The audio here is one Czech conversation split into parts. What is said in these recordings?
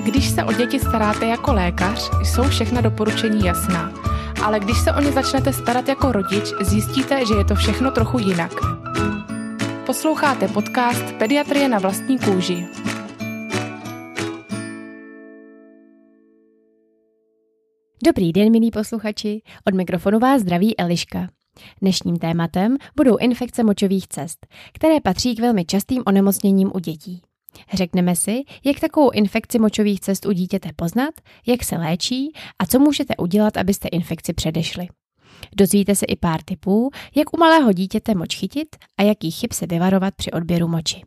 Když se o děti staráte jako lékař, jsou všechna doporučení jasná. Ale když se o ně začnete starat jako rodič, zjistíte, že je to všechno trochu jinak. Posloucháte podcast Pediatrie na vlastní kůži. Dobrý den, milí posluchači, od mikrofonu vás zdraví Eliška. Dnešním tématem budou infekce močových cest, které patří k velmi častým onemocněním u dětí. Řekneme si, jak takovou infekci močových cest u dítěte poznat, jak se léčí a co můžete udělat, abyste infekci předešli. Dozvíte se i pár tipů, jak u malého dítěte moč chytit a jakých chyb se vyvarovat při odběru moči.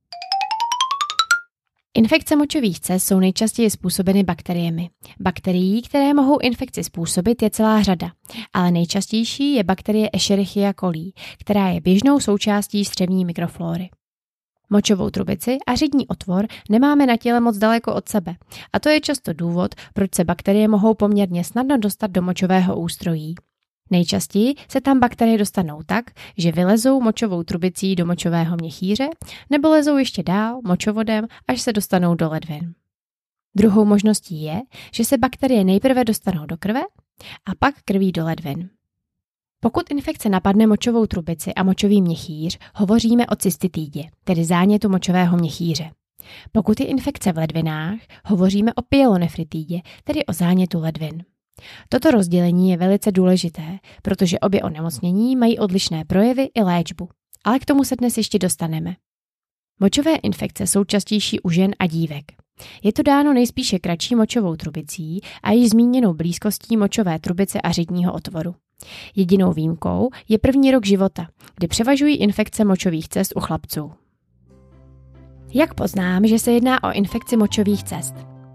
Infekce močových cest jsou nejčastěji způsobeny bakteriemi. Bakterií, které mohou infekci způsobit, je celá řada, ale nejčastější je bakterie Escherichia coli, která je běžnou součástí střevní mikroflóry. Močovou trubici a řitní otvor nemáme na těle moc daleko od sebe a to je často důvod, proč se bakterie mohou poměrně snadno dostat do močového ústrojí. Nejčastěji se tam bakterie dostanou tak, že vylezou močovou trubicí do močového měchýře nebo lezou ještě dál močovodem, až se dostanou do ledvin. Druhou možností je, že se bakterie nejprve dostanou do krve a pak krví do ledvin. Pokud infekce napadne močovou trubici a močový měchýř, hovoříme o cystitidě, tedy zánětu močového měchýře. Pokud je infekce v ledvinách, hovoříme o pyelonefritidě, tedy o zánětu ledvin. Toto rozdělení je velice důležité, protože obě onemocnění mají odlišné projevy i léčbu, ale k tomu se dnes ještě dostaneme. Močové infekce jsou častější u žen a dívek. Je to dáno nejspíše kratší močovou trubicí a již zmíněnou blízkostí močové trubice a řitního otvoru. Jedinou výjimkou je první rok života, kdy převažují infekce močových cest u chlapců. Jak poznám, že se jedná o infekci močových cest?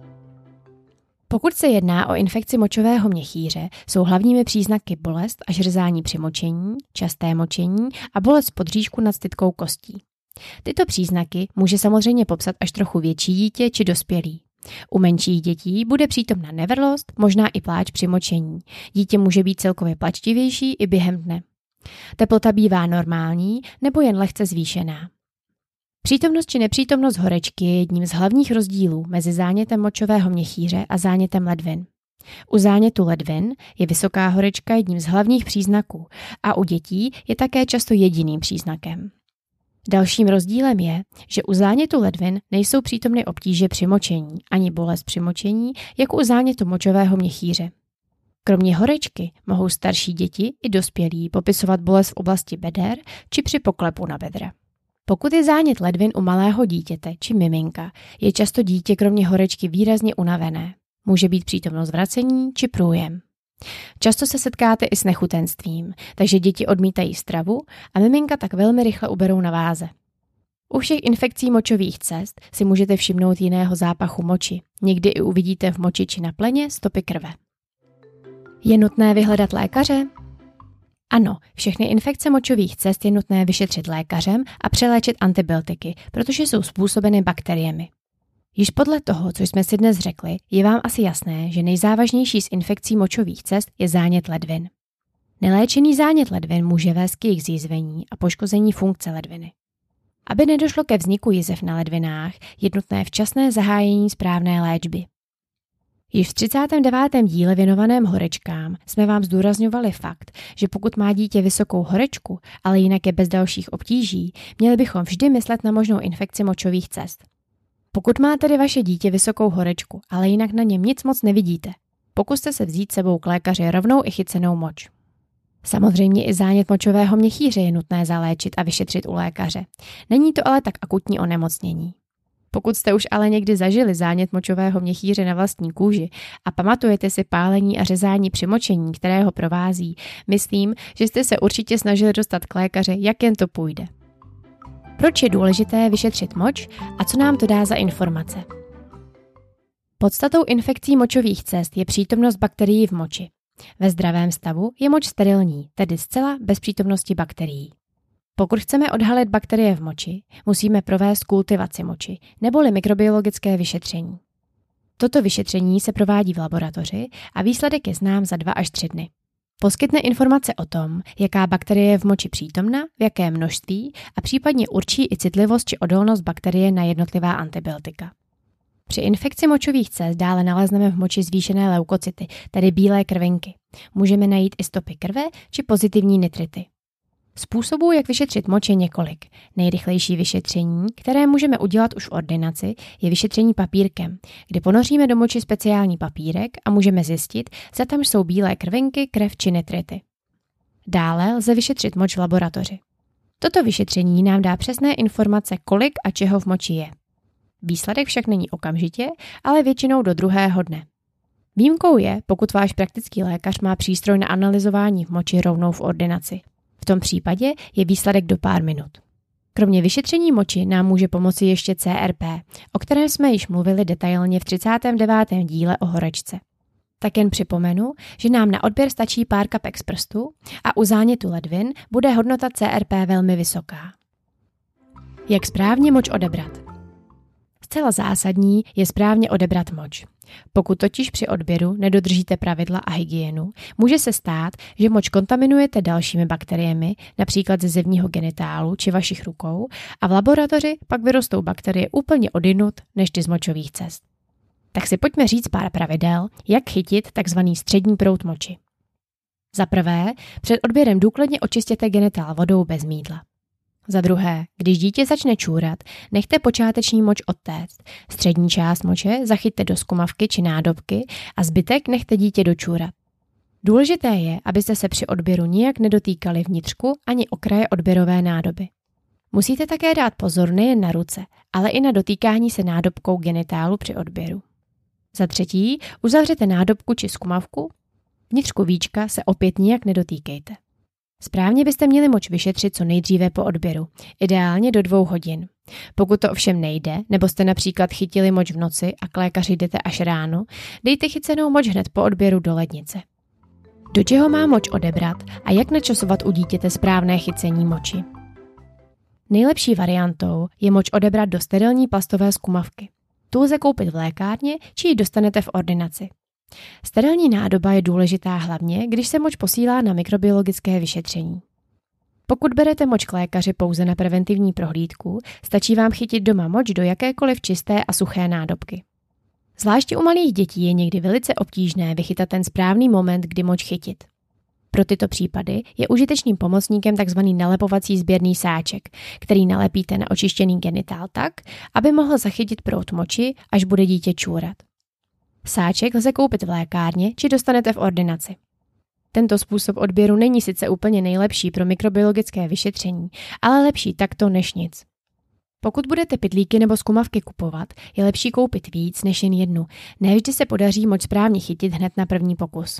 Pokud se jedná o infekci močového měchýře, jsou hlavními příznaky bolest a řezání při močení, časté močení a bolest v podbříšku nad stytkou kostí. Tyto příznaky může samozřejmě popsat až trochu větší dítě či dospělý. U menších dětí bude přítomna nevrlost, možná i pláč při močení. Dítě může být celkově plačtivější i během dne. Teplota bývá normální nebo jen lehce zvýšená. Přítomnost či nepřítomnost horečky je jedním z hlavních rozdílů mezi zánětem močového měchýře a zánětem ledvin. U zánětu ledvin je vysoká horečka jedním z hlavních příznaků a u dětí je také často jediným příznakem. Dalším rozdílem je, že u zánětu ledvin nejsou přítomny obtíže při močení ani bolest při močení, jako u zánětu močového měchýře. Kromě horečky mohou starší děti i dospělí popisovat bolest v oblasti beder či při poklepu na bedra. Pokud je zánět ledvin u malého dítěte či miminka, je často dítě kromě horečky výrazně unavené. Může být přítomnost vracení či průjem. Často se setkáte i s nechutenstvím, takže děti odmítají stravu a miminka tak velmi rychle uberou na váze. U všech infekcí močových cest si můžete všimnout jiného zápachu moči. Někdy i uvidíte v moči či na pleně stopy krve. Je nutné vyhledat lékaře? Ano, všechny infekce močových cest je nutné vyšetřit lékařem a přeléčit antibiotiky, protože jsou způsobeny bakteriemi. Již podle toho, co jsme si dnes řekli, je vám asi jasné, že nejzávažnější z infekcí močových cest je zánět ledvin. Neléčený zánět ledvin může vést k jejich zjizvení a poškození funkce ledviny. Aby nedošlo ke vzniku jizev na ledvinách, je nutné včasné zahájení správné léčby. Již v 39. díle věnovaném horečkám jsme vám zdůrazňovali fakt, že pokud má dítě vysokou horečku, ale jinak je bez dalších obtíží, měli bychom vždy myslet na možnou infekci močových cest. Pokud má tedy vaše dítě vysokou horečku, ale jinak na něm nic moc nevidíte, pokuste se vzít sebou k lékaři rovnou i chycenou moč. Samozřejmě i zánět močového měchýře je nutné zaléčit a vyšetřit u lékaře. Není to ale tak akutní onemocnění. Pokud jste už ale někdy zažili zánět močového měchýře na vlastní kůži a pamatujete si pálení a řezání při močení, které ho provází, myslím, že jste se určitě snažili dostat k lékaři, jak jen to půjde. Proč je důležité vyšetřit moč a co nám to dá za informace? Podstatou infekcí močových cest je přítomnost bakterií v moči. Ve zdravém stavu je moč sterilní, tedy zcela bez přítomnosti bakterií. Pokud chceme odhalit bakterie v moči, musíme provést kultivaci moči, neboli mikrobiologické vyšetření. Toto vyšetření se provádí v laboratoři a výsledek je znám za 2 až 3 dny. Poskytne informace o tom, jaká bakterie je v moči přítomna, v jakém množství a případně určí i citlivost či odolnost bakterie na jednotlivá antibiotika. Při infekci močových cest dále nalezneme v moči zvýšené leukocyty, tedy bílé krvinky. Můžeme najít i stopy krve či pozitivní nitrity. Způsobů, jak vyšetřit moč, je několik. Nejrychlejší vyšetření, které můžeme udělat už v ordinaci, je vyšetření papírkem, kdy ponoříme do moči speciální papírek a můžeme zjistit, zda tam jsou bílé krvinky, krev či nitrity. Dále lze vyšetřit moč v laboratoři. Toto vyšetření nám dá přesné informace, kolik a čeho v moči je. Výsledek však není okamžitě, ale většinou do druhého dne. Výjimkou je, pokud váš praktický lékař má přístroj na analyzování v moči rovnou v ordinaci. V tom případě je výsledek do pár minut. Kromě vyšetření moči nám může pomoci ještě CRP, o kterém jsme již mluvili detailně v 39. díle o horečce. Tak jen připomenu, že nám na odběr stačí pár kapek z prstu a u zánětu ledvin bude hodnota CRP velmi vysoká. Jak správně moč odebrat? Zcela zásadní je správně odebrat moč. Pokud totiž při odběru nedodržíte pravidla a hygienu, může se stát, že moč kontaminujete dalšími bakteriemi, například ze zevního genitálu či vašich rukou, a v laboratoři pak vyrostou bakterie úplně odjinud než ty z močových cest. Tak si pojďme říct pár pravidel, jak chytit takzvaný střední proud moči. Za prvé, před odběrem důkladně očistěte genitál vodou bez mýdla. Za druhé, když dítě začne čůrat, nechte počáteční moč odtéct. Střední část moče zachyťte do skumavky či nádobky a zbytek nechte dítě dočůrat. Důležité je, abyste se při odběru nijak nedotýkali vnitřku ani okraje odběrové nádoby. Musíte také dát pozor nejen na ruce, ale i na dotýkání se nádobkou genitálu při odběru. Za třetí, uzavřete nádobku či skumavku. Vnitřku víčka se opět nijak nedotýkejte. Správně byste měli moč vyšetřit co nejdříve po odběru, ideálně do 2 hodin. Pokud to ovšem nejde, nebo jste například chytili moč v noci a k lékaři jdete až ráno, dejte chycenou moč hned po odběru do lednice. Do čeho má moč odebrat a jak načasovat u dítěte správné chycení moči? Nejlepší variantou je moč odebrat do sterilní plastové skumavky. Tu lze koupit v lékárně, či ji dostanete v ordinaci. Sterilní nádoba je důležitá hlavně, když se moč posílá na mikrobiologické vyšetření. Pokud berete moč k lékaři pouze na preventivní prohlídku, stačí vám chytit doma moč do jakékoliv čisté a suché nádobky. Zvláště u malých dětí je někdy velice obtížné vychytat ten správný moment, kdy moč chytit. Pro tyto případy je užitečným pomocníkem tzv. Nalepovací sběrný sáček, který nalepíte na očištěný genitál tak, aby mohl zachytit proud moči, až bude dítě čůrat. Sáček lze koupit v lékárně či dostanete v ordinaci. Tento způsob odběru není sice úplně nejlepší pro mikrobiologické vyšetření, ale lepší takto než nic. Pokud budete pytlíky nebo skumavky kupovat, je lepší koupit víc než jen jednu. Ne vždy se podaří moč správně chytit hned na první pokus.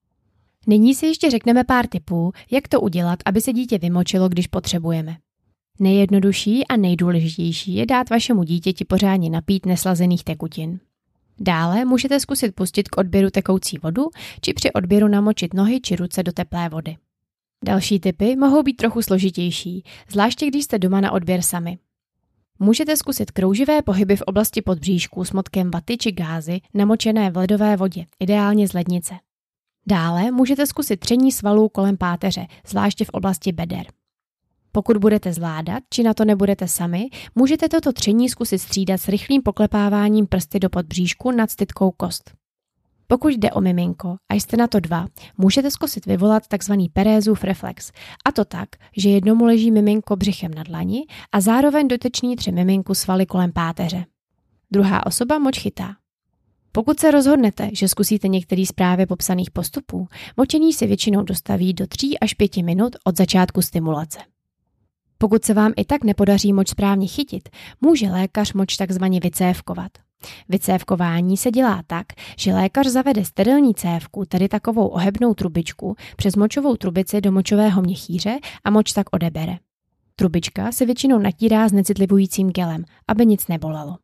Nyní si ještě řekneme pár tipů, jak to udělat, aby se dítě vymočilo, když potřebujeme. Nejjednodušší a nejdůležitější je dát vašemu dítěti pořádně napít neslazených tekutin. Dále můžete zkusit pustit k odběru tekoucí vodu, či při odběru namočit nohy či ruce do teplé vody. Další tipy mohou být trochu složitější, zvláště když jste doma na odběr sami. Můžete zkusit krouživé pohyby v oblasti podbříšku s motkem vaty či gázy namočené v ledové vodě, ideálně z lednice. Dále můžete zkusit tření svalů kolem páteře, zvláště v oblasti beder. Pokud budete zvládat, či na to nebudete sami, můžete toto tření zkusit střídat s rychlým poklepáváním prsty do podbříšku nad stytkou kost. Pokud jde o miminko a jste na to 2, můžete zkusit vyvolat tzv. Perezův reflex, a to tak, že jednomu leží miminko břichem na dlani a zároveň dotyčný tři miminku svaly kolem páteře. Druhá osoba moč chytá. Pokud se rozhodnete, že zkusíte některý z právě popsaných postupů, močení se většinou dostaví do 3 až 5 minut od začátku stimulace. Pokud se vám i tak nepodaří moč správně chytit, může lékař moč takzvaně vycévkovat. Vycévkování se dělá tak, že lékař zavede sterilní cévku, tedy takovou ohebnou trubičku, přes močovou trubici do močového měchýře a moč tak odebere. Trubička se většinou natírá s necitlivujícím gelem, aby nic nebolelo.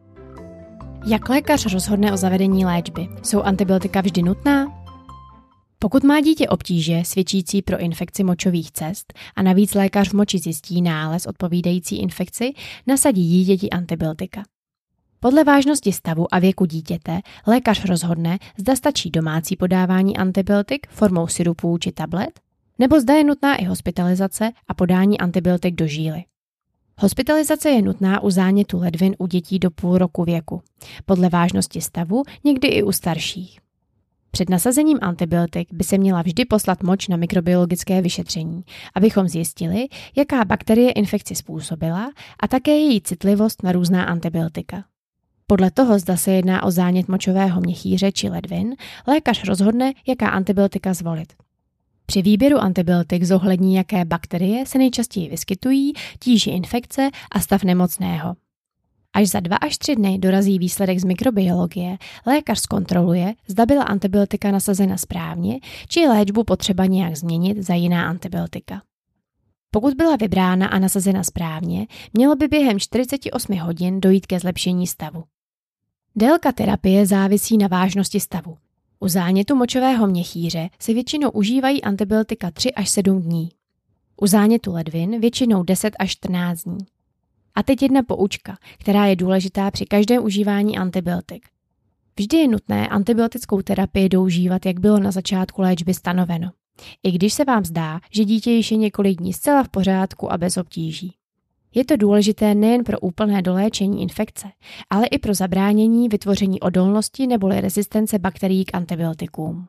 Jak lékař rozhodne o zavedení léčby? Jsou antibiotika vždy nutná? Pokud má dítě obtíže svědčící pro infekci močových cest a navíc lékař v moči zjistí nález odpovídající infekci, nasadí dítěti antibiotika. Podle vážnosti stavu a věku dítěte lékař rozhodne, zda stačí domácí podávání antibiotik formou sirupů či tablet, nebo zda je nutná i hospitalizace a podání antibiotik do žíly. Hospitalizace je nutná u zánětu ledvin u dětí do půl roku věku, podle vážnosti stavu, někdy i u starších. Před nasazením antibiotik by se měla vždy poslat moč na mikrobiologické vyšetření, abychom zjistili, jaká bakterie infekci způsobila a také její citlivost na různá antibiotika. Podle toho, zda se jedná o zánět močového měchýře či ledvin, lékař rozhodne, jaká antibiotika zvolit. Při výběru antibiotik zohlední, jaké bakterie se nejčastěji vyskytují, tíži infekce a stav nemocného. Až za 2 až 3 dny dorazí výsledek z mikrobiologie, lékař zkontroluje, zda byla antibiotika nasazena správně, či je léčbu potřeba nějak změnit za jiná antibiotika. Pokud byla vybrána a nasazena správně, mělo by během 48 hodin dojít ke zlepšení stavu. Délka terapie závisí na vážnosti stavu. U zánětu močového měchýře se většinou užívají antibiotika 3 až 7 dní. U zánětu ledvin většinou 10 až 14 dní. A teď jedna poučka, která je důležitá při každém užívání antibiotik. Vždy je nutné antibiotickou terapii doužívat, jak bylo na začátku léčby stanoveno. I když se vám zdá, že dítě již je několik dní zcela v pořádku a bez obtíží. Je to důležité nejen pro úplné doléčení infekce, ale i pro zabránění vytvoření odolnosti neboli rezistence bakterií k antibiotikům.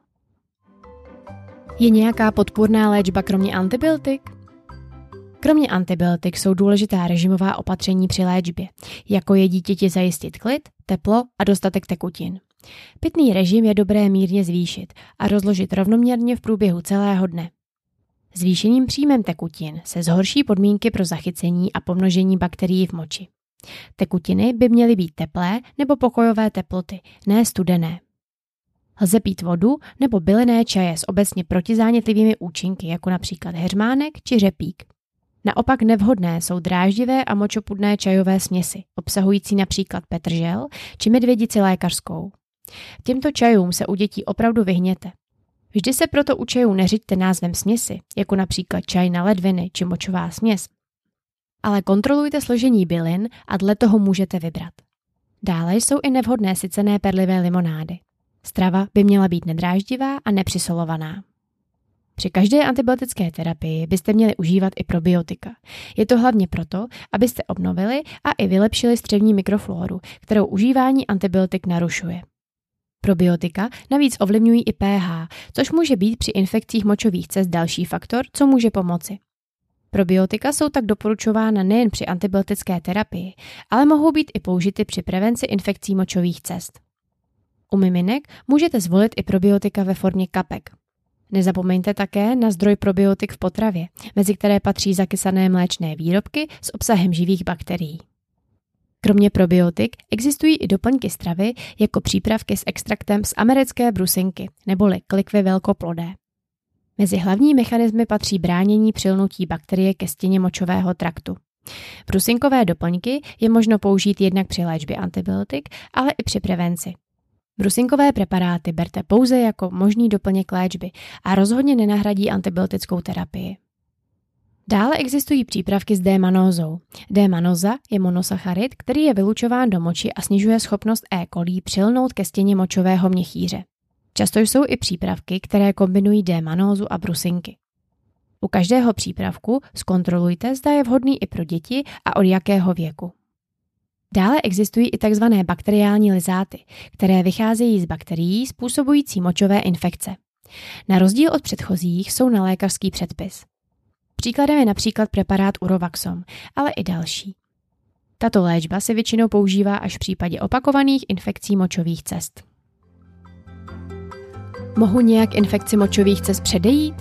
Je nějaká podpůrná léčba kromě antibiotik? Kromě antibiotik jsou důležitá režimová opatření při léčbě, jako je dítěti zajistit klid, teplo a dostatek tekutin. Pitný režim je dobré mírně zvýšit a rozložit rovnoměrně v průběhu celého dne. Zvýšeným příjmem tekutin se zhorší podmínky pro zachycení a pomnožení bakterií v moči. Tekutiny by měly být teplé nebo pokojové teploty, ne studené. Lze pít vodu nebo bylinné čaje s obecně protizánětlivými účinky, jako například heřmánek či řepík. Naopak nevhodné jsou dráždivé a močopudné čajové směsi, obsahující například petržel či medvědici lékařskou. Těmto čajům se u dětí opravdu vyhněte. Vždy se proto u čajů neřiďte názvem směsi, jako například čaj na ledviny či močová směs. Ale kontrolujte složení bylin a dle toho můžete vybrat. Dále jsou i nevhodné sycené perlivé limonády. Strava by měla být nedráždivá a nepřisolovaná. Při každé antibiotické terapii byste měli užívat i probiotika. Je to hlavně proto, abyste obnovili a i vylepšili střevní mikroflóru, kterou užívání antibiotik narušuje. Probiotika navíc ovlivňují i pH, což může být při infekcích močových cest další faktor, co může pomoci. Probiotika jsou tak doporučována nejen při antibiotické terapii, ale mohou být i použity při prevenci infekcí močových cest. U miminek můžete zvolit i probiotika ve formě kapek. Nezapomeňte také na zdroj probiotik v potravě, mezi které patří zakysané mléčné výrobky s obsahem živých bakterií. Kromě probiotik existují i doplňky stravy jako přípravky s extraktem z americké brusinky neboli klikvy velkoplodé. Mezi hlavní mechanismy patří bránění přilnutí bakterie ke stěně močového traktu. Brusinkové doplňky je možno použít jednak při léčbě antibiotik, ale i při prevenci. Brusinkové preparáty berte pouze jako možný doplněk léčby a rozhodně nenahradí antibiotickou terapii. Dále existují přípravky s D-manózou. D-manóza je monosacharid, který je vylučován do moči a snižuje schopnost E. coli přilnout ke stěně močového měchýře. Často jsou i přípravky, které kombinují D-manózu a brusinky. U každého přípravku zkontrolujte, zda je vhodný i pro děti a od jakého věku. Dále existují i tzv. Bakteriální lyzáty, které vycházejí z bakterií způsobující močové infekce. Na rozdíl od předchozích jsou na lékařský předpis. Příkladem je například preparát Urovaxom, ale i další. Tato léčba se většinou používá až v případě opakovaných infekcí močových cest. Mohu nějak infekci močových cest předejít?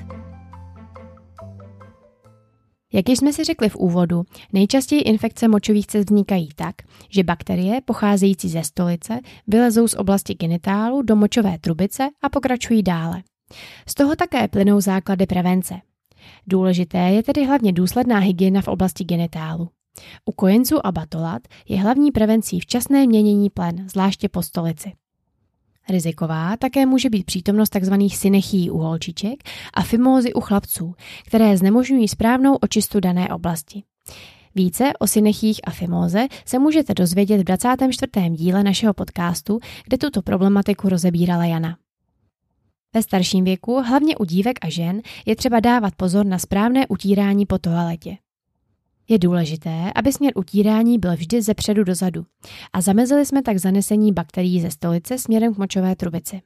Jak již jsme si řekli v úvodu, nejčastěji infekce močových cest vznikají tak, že bakterie pocházející ze stolice vylezou z oblasti genitálu do močové trubice a pokračují dále. Z toho také plynou základy prevence. Důležité je tedy hlavně důsledná hygiena v oblasti genitálu. U kojenců a batolat je hlavní prevencí včasné měnění plen, zvláště po stolici. Riziková také může být přítomnost tzv. Synechií u holčiček a fimózy u chlapců, které znemožňují správnou očistu dané oblasti. Více o synechích a fimóze se můžete dozvědět v 24. díle našeho podcastu, kde tuto problematiku rozebírala Jana. Ve starším věku, hlavně u dívek a žen, je třeba dávat pozor na správné utírání po toaletě. Je důležité, aby směr utírání byl vždy ze předu dozadu a zamezili jsme tak zanesení bakterií ze stolice směrem k močové trubici.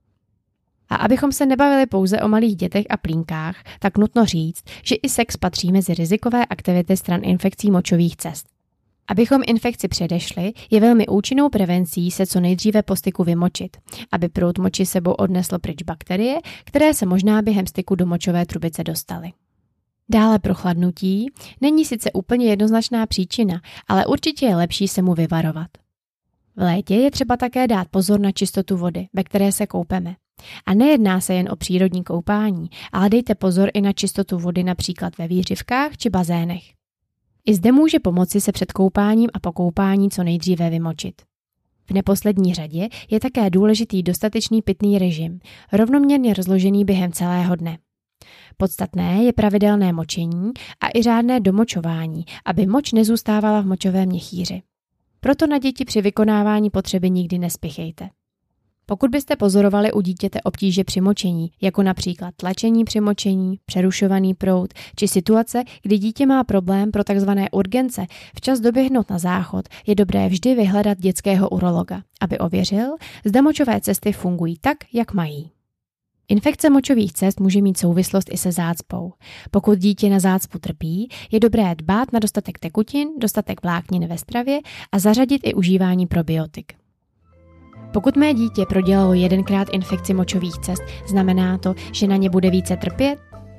A abychom se nebavili pouze o malých dětech a plínkách, tak nutno říct, že i sex patří mezi rizikové aktivity stran infekcí močových cest. Abychom infekci předešli, je velmi účinnou prevencí se co nejdříve po styku vymočit, aby proud moči sebou odnesl pryč bakterie, které se možná během styku do močové trubice dostaly. Dále prochladnutí není sice úplně jednoznačná příčina, ale určitě je lepší se mu vyvarovat. V létě je třeba také dát pozor na čistotu vody, ve které se koupeme. A nejedná se jen o přírodní koupání, ale dejte pozor i na čistotu vody například ve výřivkách či bazénech. I zde může pomoci se před koupáním a po koupání co nejdříve vymočit. V neposlední řadě je také důležitý dostatečný pitný režim, rovnoměrně rozložený během celého dne. Podstatné je pravidelné močení a i řádné domočování, aby moč nezůstávala v močovém měchýři. Proto na děti při vykonávání potřeby nikdy nespěchejte. Pokud byste pozorovali u dítěte obtíže při močení, jako například tlačení při močení, přerušovaný proud či situace, kdy dítě má problém pro tzv. Urgence včas doběhnout na záchod, je dobré vždy vyhledat dětského urologa, aby ověřil, zda močové cesty fungují tak, jak mají. Infekce močových cest může mít souvislost i se zácpou. Pokud dítě na zácpu trpí, je dobré dbát na dostatek tekutin, dostatek vláknin ve stravě a zařadit i užívání probiotik. Pokud mé dítě prodělalo 1krát infekci močových cest, znamená to, že na ně bude více trpět?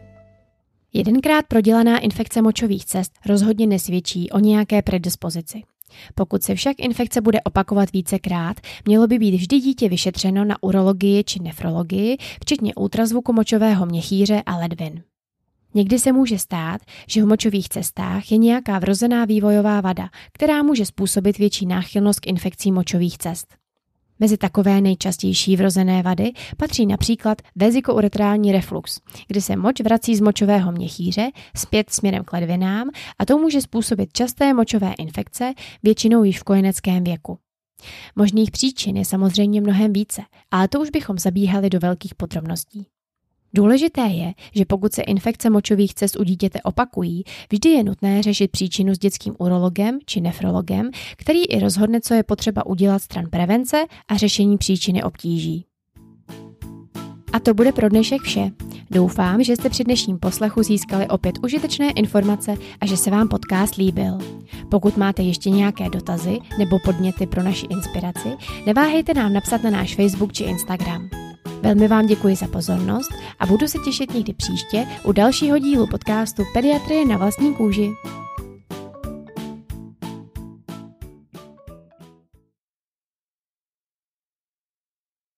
1krát prodělaná infekce močových cest rozhodně nesvědčí o nějaké predispozici. Pokud se však infekce bude opakovat vícekrát, mělo by být vždy dítě vyšetřeno na urologii či nefrologii, včetně ultrazvuku močového měchýře a ledvin. Někdy se může stát, že v močových cestách je nějaká vrozená vývojová vada, která může způsobit větší náchylnost k infekcím močových cest. Mezi takové nejčastější vrozené vady patří například vezikouretrální reflux, kdy se moč vrací z močového měchýře zpět směrem k ledvinám a to může způsobit časté močové infekce, většinou již v kojeneckém věku. Možných příčin je samozřejmě mnohem více, ale to už bychom zabíhali do velkých podrobností. Důležité je, že pokud se infekce močových cest u dítěte opakují, vždy je nutné řešit příčinu s dětským urologem či nefrologem, který i rozhodne, co je potřeba udělat stran prevence a řešení příčiny obtíží. A to bude pro dnešek vše. Doufám, že jste při dnešním poslechu získali opět užitečné informace a že se vám podcast líbil. Pokud máte ještě nějaké dotazy nebo podněty pro naši inspiraci, neváhejte nám napsat na náš Facebook či Instagram. Velmi vám děkuji za pozornost a budu se těšit někdy příště u dalšího dílu podcastu Pediatrie na vlastní kůži.